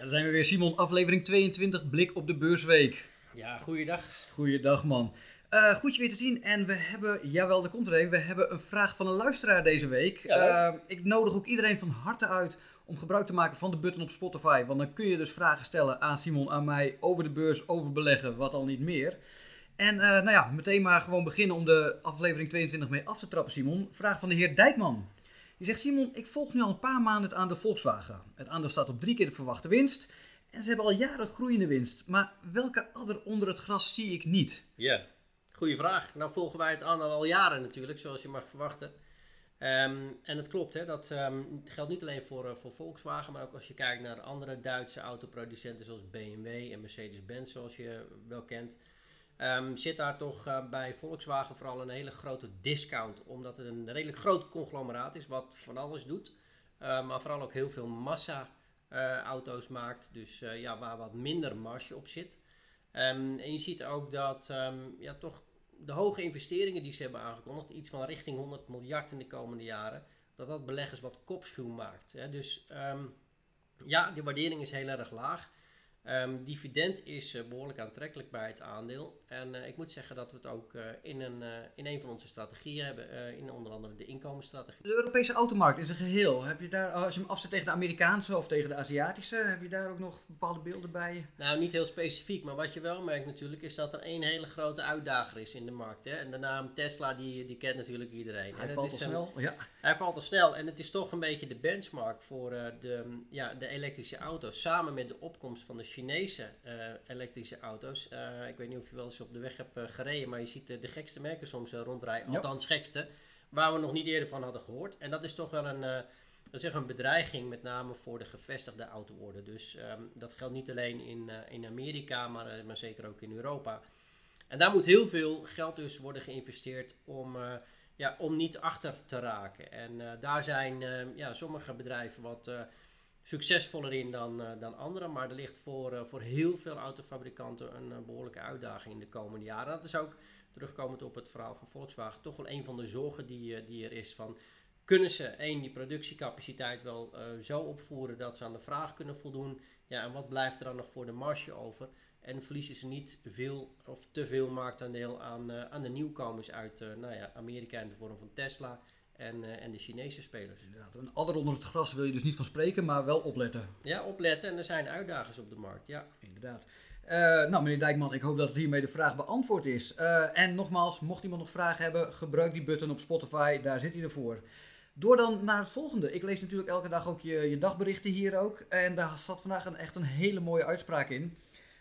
Daar zijn we weer, Simon. Aflevering 22, blik op de beursweek. Ja, goeiedag. Goeiedag, man. Goed je weer te zien. En we hebben, jawel, daar komt er een. We hebben een vraag van een luisteraar deze week. Ja, ik nodig ook iedereen van harte uit om gebruik te maken van de button op Spotify. Want dan kun je dus vragen stellen aan Simon, aan mij, over de beurs, over beleggen, wat al niet meer. En meteen maar gewoon beginnen om de aflevering 22 mee af te trappen, Simon. Vraag van de heer Dijkman. Die zegt, Simon, ik volg nu al een paar maanden het aandeel Volkswagen. Het aandeel staat op 3 keer de verwachte winst. En ze hebben al jaren groeiende winst. Maar welke adder onder het gras zie ik niet? Ja, goede vraag. Nou volgen wij het aandeel al jaren natuurlijk, zoals je mag verwachten. En het klopt, hè, dat geldt niet alleen voor Volkswagen, maar ook als je kijkt naar andere Duitse autoproducenten zoals BMW en Mercedes-Benz, zoals je wel kent. Zit daar toch bij Volkswagen vooral een hele grote discount, omdat het een redelijk groot conglomeraat is wat van alles doet. Maar vooral ook heel veel massa auto's maakt, dus waar wat minder marge op zit. En je ziet ook dat toch de hoge investeringen die ze hebben aangekondigd, iets van richting 100 miljard in de komende jaren, dat beleggers wat kopschuw maakt. Hè. Dus de waardering is heel erg laag. Dividend is behoorlijk aantrekkelijk bij het aandeel. En ik moet zeggen dat we het ook in een van onze strategieën hebben. In onder andere de inkomensstrategie. De Europese automarkt in zijn geheel. Heb je daar, als je hem afzet tegen de Amerikaanse of tegen de Aziatische, heb je daar ook nog bepaalde beelden bij? Nou, niet heel specifiek. Maar wat je wel merkt natuurlijk is dat er één hele grote uitdager is in de markt. Hè? En de naam Tesla, die kent natuurlijk iedereen. Hij valt al snel. Ja. Hij valt al snel. En het is toch een beetje de benchmark voor de elektrische auto's. Samen met de opkomst van de Chinese elektrische auto's. Ik weet niet of je wel eens op de weg hebt gereden, maar je ziet de gekste merken soms rondrijden. Ja. Althans gekste, waar we nog niet eerder van hadden gehoord. En dat is toch wel een bedreiging, met name voor de gevestigde autoorde. Dus dat geldt niet alleen in Amerika, maar zeker ook in Europa. En daar moet heel veel geld dus worden geïnvesteerd om niet achter te raken. En daar zijn sommige bedrijven wat succesvoller in dan anderen. Maar er ligt voor heel veel autofabrikanten een behoorlijke uitdaging in de komende jaren. Dat is ook, terugkomend op het verhaal van Volkswagen, toch wel een van de zorgen die er is. Van, kunnen ze die productiecapaciteit wel zo opvoeren dat ze aan de vraag kunnen voldoen? Ja, en wat blijft er dan nog voor de marge over? En verliezen ze niet veel of te veel marktaandeel aan de nieuwkomers uit Amerika in de vorm van Tesla en de Chinese spelers. Inderdaad, een adder onder het gras wil je dus niet van spreken, maar wel opletten. Ja, opletten. En er zijn uitdagers op de markt, ja. Inderdaad. Meneer Dijkman, ik hoop dat hiermee de vraag beantwoord is. En nogmaals, mocht iemand nog vragen hebben, gebruik die button op Spotify, daar zit hij ervoor. Door dan naar het volgende. Ik lees natuurlijk elke dag ook je dagberichten hier ook. En daar zat vandaag echt een hele mooie uitspraak in.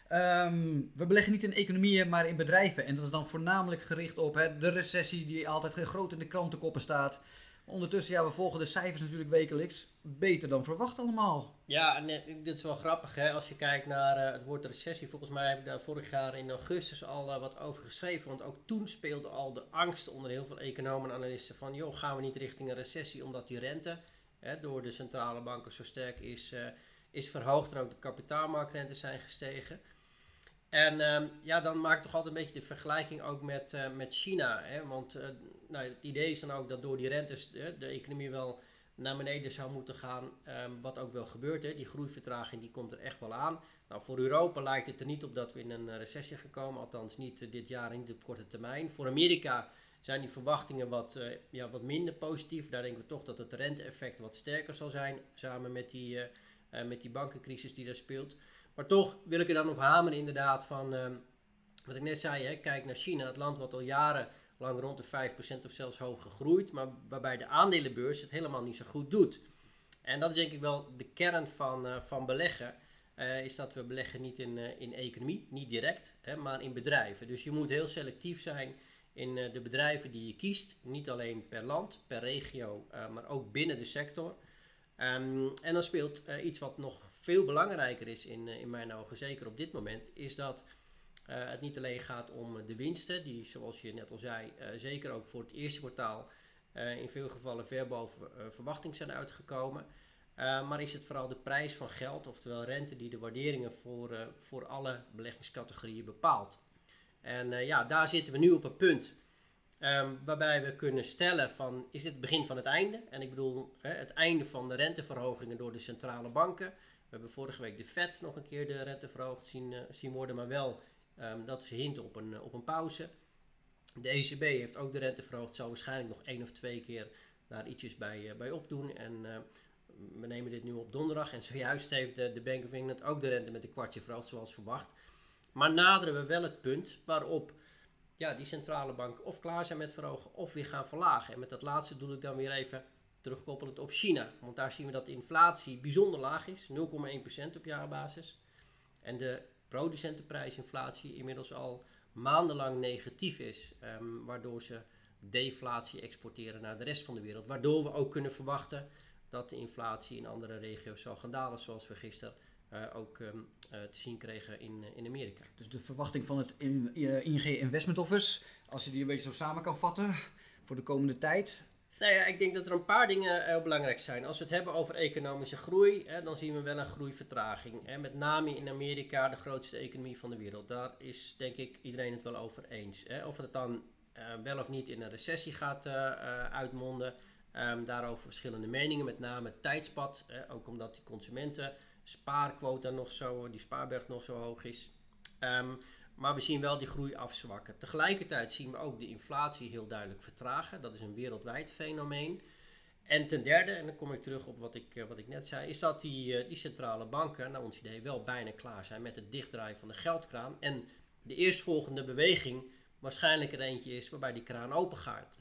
We beleggen niet in economieën, maar in bedrijven. En dat is dan voornamelijk gericht op de recessie die altijd groot in de krantenkoppen staat. Ondertussen, we volgen de cijfers natuurlijk wekelijks. Beter dan verwacht allemaal. Ja, en dit is wel grappig, hè? Als je kijkt naar het woord recessie. Volgens mij heb ik daar vorig jaar in augustus al wat over geschreven. Want ook toen speelde al de angst onder heel veel economen en analisten van, joh, gaan we niet richting een recessie omdat die rente door de centrale banken zo sterk is verhoogd en ook de kapitaalmarktrentes zijn gestegen. En dan maak ik toch altijd een beetje de vergelijking ook met China. Hè? Want het idee is dan ook dat door die rentes de economie wel naar beneden zou moeten gaan. Wat ook wel gebeurt. Hè? Die groeivertraging die komt er echt wel aan. Nou, voor Europa lijkt het er niet op dat we in een recessie gekomen. Althans niet dit jaar en niet op korte termijn. Voor Amerika zijn die verwachtingen wat minder positief. Daar denken we toch dat het rente-effect wat sterker zal zijn. Samen met die bankencrisis die daar speelt. Maar toch wil ik er dan op hameren inderdaad van, wat ik net zei, hè, kijk naar China, het land wat al jarenlang rond de 5% of zelfs hoger groeit, maar waarbij de aandelenbeurs het helemaal niet zo goed doet. En dat is denk ik wel de kern van beleggen, is dat we beleggen niet in economie, niet direct, maar in bedrijven. Dus je moet heel selectief zijn in de bedrijven die je kiest, niet alleen per land, per regio, maar ook binnen de sector. En dan speelt iets wat nog veel belangrijker is in mijn ogen, zeker op dit moment, is dat het niet alleen gaat om de winsten, die zoals je net al zei, zeker ook voor het eerste kwartaal in veel gevallen ver boven verwachting zijn uitgekomen. Maar is het vooral de prijs van geld, oftewel rente, die de waarderingen voor alle beleggingscategorieën bepaalt. En daar zitten we nu op een punt waarbij we kunnen stellen van, is dit het begin van het einde? En ik bedoel het einde van de renteverhogingen door de centrale banken. We We hebben vorige week de Fed nog een keer de rente verhoogd zien worden, maar wel, dat is hint op een pauze. De ECB heeft ook de rente verhoogd, zal waarschijnlijk nog 1 of 2 keer daar ietsjes bij opdoen. En we nemen dit nu op donderdag en zojuist heeft de Bank of England ook de rente met een kwartje verhoogd, zoals verwacht. Maar naderen we wel het punt waarop die centrale banken of klaar zijn met verhogen of weer gaan verlagen. En met dat laatste doe ik dan weer even terugkoppelend op China. Want daar zien we dat de inflatie bijzonder laag is, 0,1% op jaarbasis. En de producentenprijsinflatie inmiddels al maandenlang negatief is, waardoor ze deflatie exporteren naar de rest van de wereld. Waardoor we ook kunnen verwachten dat de inflatie in andere regio's zal gaan dalen, zoals we gisteren ook te zien kregen in Amerika. Dus de verwachting van het ING Investment Office, als je die een beetje zo samen kan vatten voor de komende tijd? Nou ja, ik denk dat er een paar dingen heel belangrijk zijn. Als we het hebben over economische groei, dan zien we wel een groeivertraging. Met name in Amerika, de grootste economie van de wereld. Daar is denk ik iedereen het wel over eens. Of het dan wel of niet in een recessie gaat uitmonden. Daarover verschillende meningen, met name het tijdspad. Ook omdat die consumenten spaarquota die spaarberg nog zo hoog is. Maar we zien wel die groei afzwakken. Tegelijkertijd zien we ook de inflatie heel duidelijk vertragen. Dat is een wereldwijd fenomeen. En ten derde, en dan kom ik terug op wat ik net zei, is dat die centrale banken, naar ons idee, wel bijna klaar zijn met het dichtdraaien van de geldkraan. En de eerstvolgende beweging waarschijnlijk er eentje is waarbij die kraan open gaat.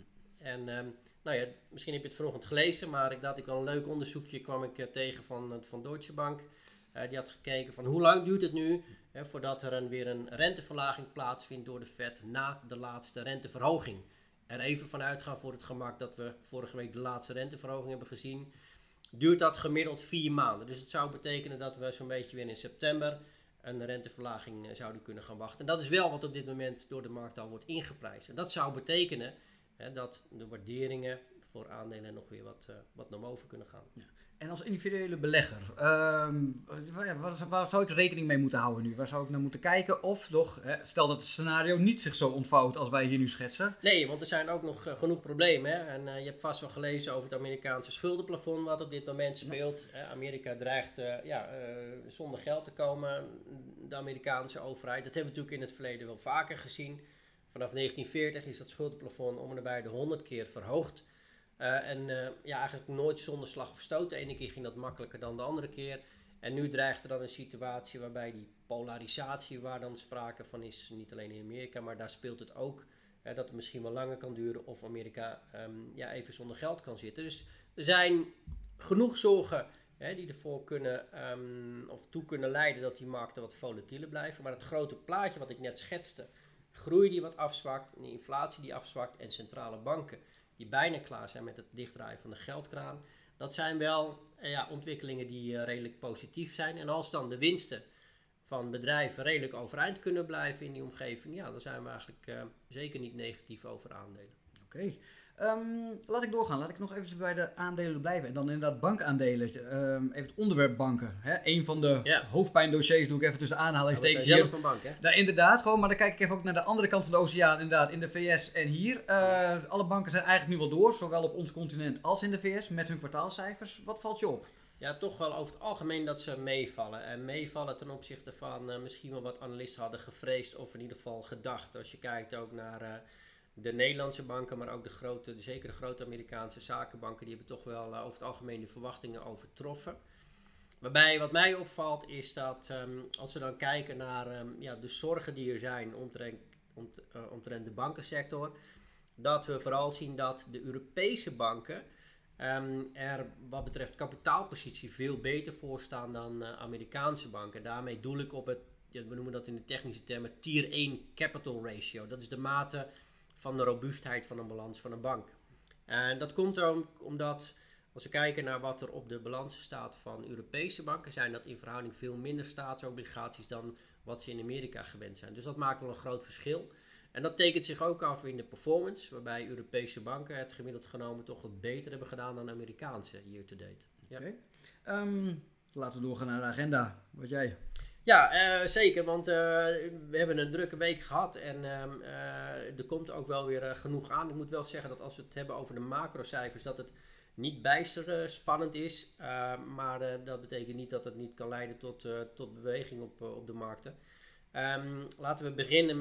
En misschien heb je het vanochtend gelezen, maar ik had wel een leuk onderzoekje kwam ik tegen van Deutsche Bank. Die had gekeken van hoe lang duurt het nu voordat er weer een renteverlaging plaatsvindt door de Fed na de laatste renteverhoging. Er even vanuit gaan voor het gemak dat we vorige week de laatste renteverhoging hebben gezien. Duurt dat gemiddeld 4 maanden. Dus het zou betekenen dat we zo'n beetje weer in september een renteverlaging zouden kunnen gaan wachten. En dat is wel wat op dit moment door de markt al wordt ingeprijsd. En dat zou betekenen dat de waarderingen voor aandelen nog weer wat naar boven kunnen gaan. Ja. En als individuele belegger, waar zou ik rekening mee moeten houden nu? Waar zou ik naar moeten kijken? Of toch, stel dat het scenario niet zich zo ontvouwt als wij hier nu schetsen. Nee, want er zijn ook nog genoeg problemen. Hè? En je hebt vast wel gelezen over het Amerikaanse schuldenplafond wat op dit moment speelt. Amerika dreigt zonder geld te komen, de Amerikaanse overheid. Dat hebben we natuurlijk in het verleden wel vaker gezien. Vanaf 1940 is dat schuldenplafond om en nabij de 100 keer verhoogd. Eigenlijk nooit zonder slag of stoot. De ene keer ging dat makkelijker dan de andere keer. En nu dreigt er dan een situatie waarbij die polarisatie waar dan sprake van is, niet alleen in Amerika, maar daar speelt het ook. Dat het misschien wel langer kan duren of Amerika even zonder geld kan zitten. Dus er zijn genoeg zorgen die ervoor kunnen of toe kunnen leiden dat die markten wat volatieler blijven. Maar het grote plaatje wat ik net schetste, groei die wat afzwakt, de inflatie die afzwakt en centrale banken die bijna klaar zijn met het dichtdraaien van de geldkraan. Dat zijn wel ontwikkelingen die redelijk positief zijn. En als dan de winsten van bedrijven redelijk overeind kunnen blijven in die omgeving, dan zijn we eigenlijk zeker niet negatief over aandelen. Oké. Laat ik doorgaan. Laat ik nog even bij de aandelen blijven. En dan inderdaad bankaandelen. Even het onderwerp banken. Een van de hoofdpijndossiers doe ik even tussen aanhalingstekens. zelf een bank, hè? Nou, inderdaad, gewoon. Maar dan kijk ik even ook naar de andere kant van de oceaan. Inderdaad, in de VS en hier. Alle banken zijn eigenlijk nu wel door. Zowel op ons continent als in de VS. Met hun kwartaalcijfers. Wat valt je op? Ja, toch wel over het algemeen dat ze meevallen. En meevallen ten opzichte van misschien wel wat analisten hadden gevreesd. Of in ieder geval gedacht. Als je kijkt ook naar de Nederlandse banken, maar ook zeker de grote Amerikaanse zakenbanken, die hebben toch wel over het algemeen de verwachtingen overtroffen. Waarbij wat mij opvalt is dat als we dan kijken naar de zorgen die er zijn omtrent de bankensector, dat we vooral zien dat de Europese banken er wat betreft kapitaalpositie veel beter voor staan dan Amerikaanse banken. Daarmee doel ik op we noemen dat in de technische termen Tier 1 Capital Ratio. Dat is de mate van de robuustheid van een balans van een bank. En dat komt ook omdat, als we kijken naar wat er op de balansen staat van Europese banken, zijn dat in verhouding veel minder staatsobligaties dan wat ze in Amerika gewend zijn. Dus dat maakt wel een groot verschil. En dat tekent zich ook af in de performance, waarbij Europese banken het gemiddeld genomen toch wat beter hebben gedaan dan Amerikaanse year to date. Ja. Okay. Laten we doorgaan naar de agenda. Wat jij? Ja, zeker, want we hebben een drukke week gehad en er komt ook wel weer genoeg aan. Ik moet wel zeggen dat als we het hebben over de macrocijfers, dat het niet bijster spannend is. Maar dat betekent niet dat het niet kan leiden tot beweging op de markten. Laten we beginnen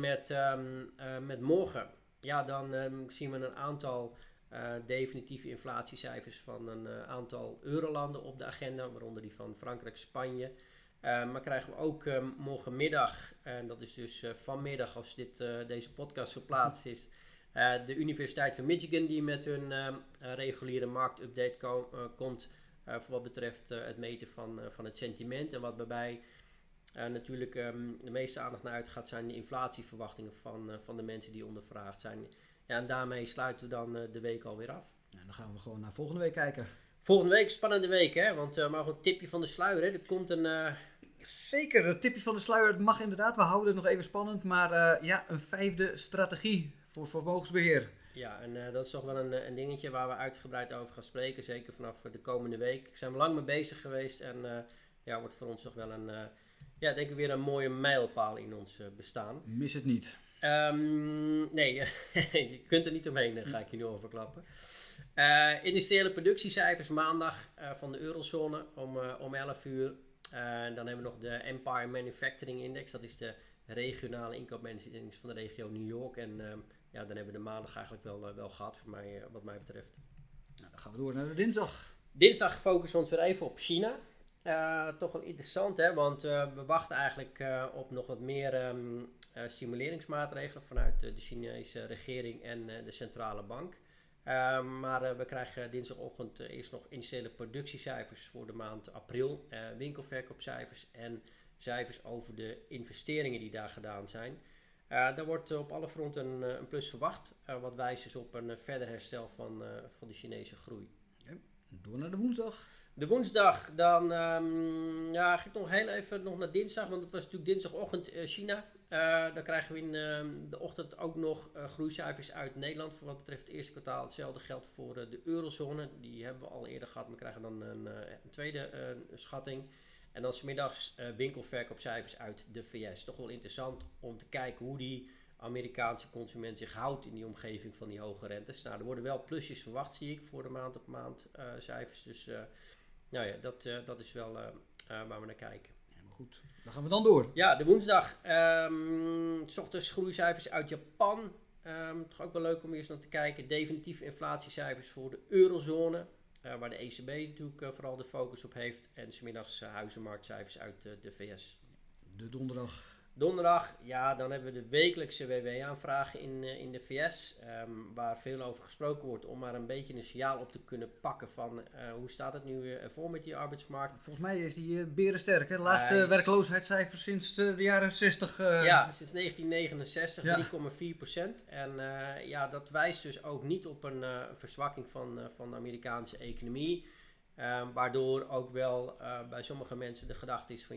met morgen. Ja, dan zien we een aantal definitieve inflatiecijfers van een aantal eurolanden op de agenda, waaronder die van Frankrijk, Spanje. Maar krijgen we ook morgenmiddag, en dat is dus vanmiddag als deze podcast geplaatst is, de Universiteit van Michigan die met hun reguliere marktupdate komt voor wat betreft het meten van het sentiment. En wat waarbij natuurlijk de meeste aandacht naar uitgaat zijn de inflatieverwachtingen van de mensen die ondervraagd zijn. Ja, en daarmee sluiten we dan de week alweer af. Ja, dan gaan we gewoon naar volgende week kijken. Volgende week, spannende week hè, want maar een tipje van de sluier hè, er komt een... Zeker, het tipje van de sluier, het mag inderdaad, we houden het nog even spannend, maar een 5e strategie voor vermogensbeheer. Ja, en dat is toch wel een dingetje waar we uitgebreid over gaan spreken, zeker vanaf de komende week. Daar zijn we lang mee bezig geweest en wordt voor ons toch wel denk ik weer een mooie mijlpaal in ons bestaan. Mis het niet. Nee, je kunt er niet omheen, ga ik je nu over klappen. Industriële productiecijfers maandag van de eurozone om 11 uur. Dan hebben we nog de Empire Manufacturing Index, dat is de regionale inkoopmanageringsindex van de regio New York. En dan hebben we de maandag eigenlijk wel gehad, wat mij betreft. Nou, dan gaan we door naar de dinsdag. Dinsdag focussen we ons weer even op China. Toch wel interessant, hè? Want we wachten eigenlijk op nog wat meer stimuleringsmaatregelen vanuit de Chinese regering en de centrale bank. Maar we krijgen dinsdagochtend eerst nog initiële productiecijfers voor de maand april, winkelverkoopcijfers en cijfers over de investeringen die daar gedaan zijn. Daar wordt op alle fronten een plus verwacht, wat wijst dus op een verder herstel van de Chinese groei. Okay. Door naar de woensdag. De woensdag, dan ga ik nog heel even naar dinsdag, want het was natuurlijk dinsdagochtend China. Dan krijgen we in de ochtend ook nog groeicijfers uit Nederland voor wat betreft het eerste kwartaal. Hetzelfde geldt voor de eurozone, die hebben we al eerder gehad, maar krijgen dan een tweede schatting. En dan 's middags winkelverkoopcijfers uit de VS. Toch wel interessant om te kijken hoe die Amerikaanse consument zich houdt in die omgeving van die hoge rentes. Nou, er worden wel plusjes verwacht, zie ik, voor de maand-op-maand cijfers. Dus dat is wel waar we naar kijken. Helemaal goed. Dan gaan we dan door. Ja, de woensdag. 's ochtends groeicijfers uit Japan. Toch ook wel leuk om eerst naar te kijken. Definitieve inflatiecijfers voor de eurozone. Waar de ECB natuurlijk vooral de focus op heeft. En 's middags huizenmarktcijfers uit de VS. De donderdag. Donderdag, ja, dan hebben we de wekelijkse WW-aanvragen in de VS, waar veel over gesproken wordt, om maar een beetje een signaal op te kunnen pakken van hoe staat het nu voor met die arbeidsmarkt. Volgens mij is die berensterk, hè? De laatste werkloosheidscijfer sinds de jaren 60. Ja, sinds 1969, 3,4%. En dat wijst dus ook niet op een verzwakking van de Amerikaanse economie, waardoor ook wel bij sommige mensen de gedachte is van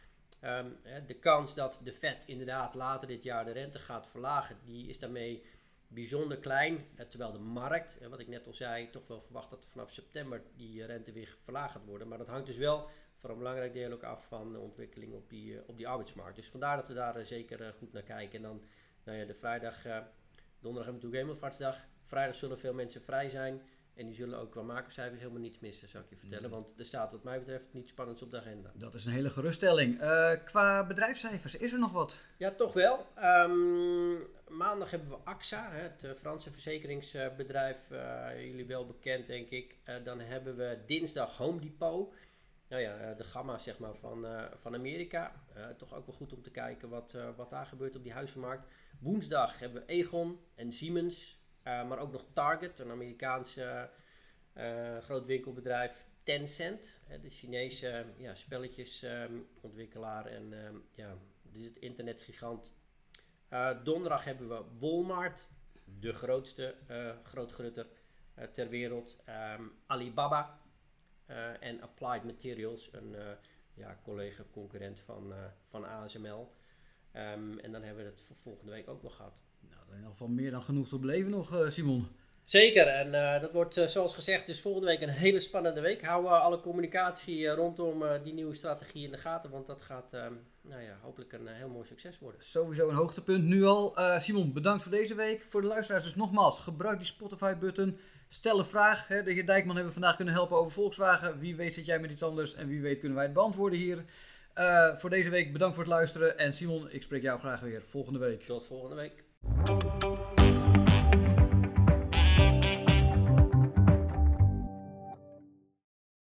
de kans dat de Fed inderdaad later dit jaar de rente gaat verlagen, die is daarmee bijzonder klein. Terwijl de markt, wat ik net al zei, toch wel verwacht dat vanaf september die rente weer verlaagd gaat worden. Maar dat hangt dus wel voor een belangrijk deel ook af van de ontwikkeling op die arbeidsmarkt. Dus vandaar dat we daar zeker goed naar kijken. En dan de vrijdag, donderdag hebben we natuurlijk Hemelvaartsdag. Vrijdag zullen veel mensen vrij zijn. En die zullen ook qua makercijfers helemaal niets missen, zou ik je vertellen. Want er staat wat mij betreft niets spannends op de agenda. Dat is een hele geruststelling. Qua bedrijfscijfers, is er nog wat? Ja, toch wel. Maandag hebben we AXA, het Franse verzekeringsbedrijf. Jullie wel bekend, denk ik. Dan hebben we dinsdag Home Depot. Nou ja, de gamma zeg maar, van Amerika. Toch ook wel goed om te kijken wat daar gebeurt op die huizenmarkt. Woensdag hebben we Aegon en Siemens. Maar ook nog Target, een Amerikaanse groot winkelbedrijf. Tencent, de Chinese spelletjesontwikkelaar en dus het internetgigant. Donderdag hebben we Walmart, de grootste grootgrutter ter wereld. Alibaba en Applied Materials, een collega-concurrent van ASML. En dan hebben we het voor volgende week ook nog gehad. Nou, in ieder geval meer dan genoeg te beleven nog, Simon. Zeker, en dat wordt zoals gezegd dus volgende week een hele spannende week. Hou alle communicatie rondom die nieuwe strategie in de gaten, want dat gaat hopelijk een heel mooi succes worden. Sowieso een hoogtepunt nu al. Simon, bedankt voor deze week. Voor de luisteraars dus nogmaals, gebruik die Spotify-button. Stel een vraag. De heer Dijkman hebben we vandaag kunnen helpen over Volkswagen. Wie weet zit jij met iets anders en wie weet kunnen wij het beantwoorden hier. Voor deze week bedankt voor het luisteren. En Simon, ik spreek jou graag weer volgende week. Tot volgende week.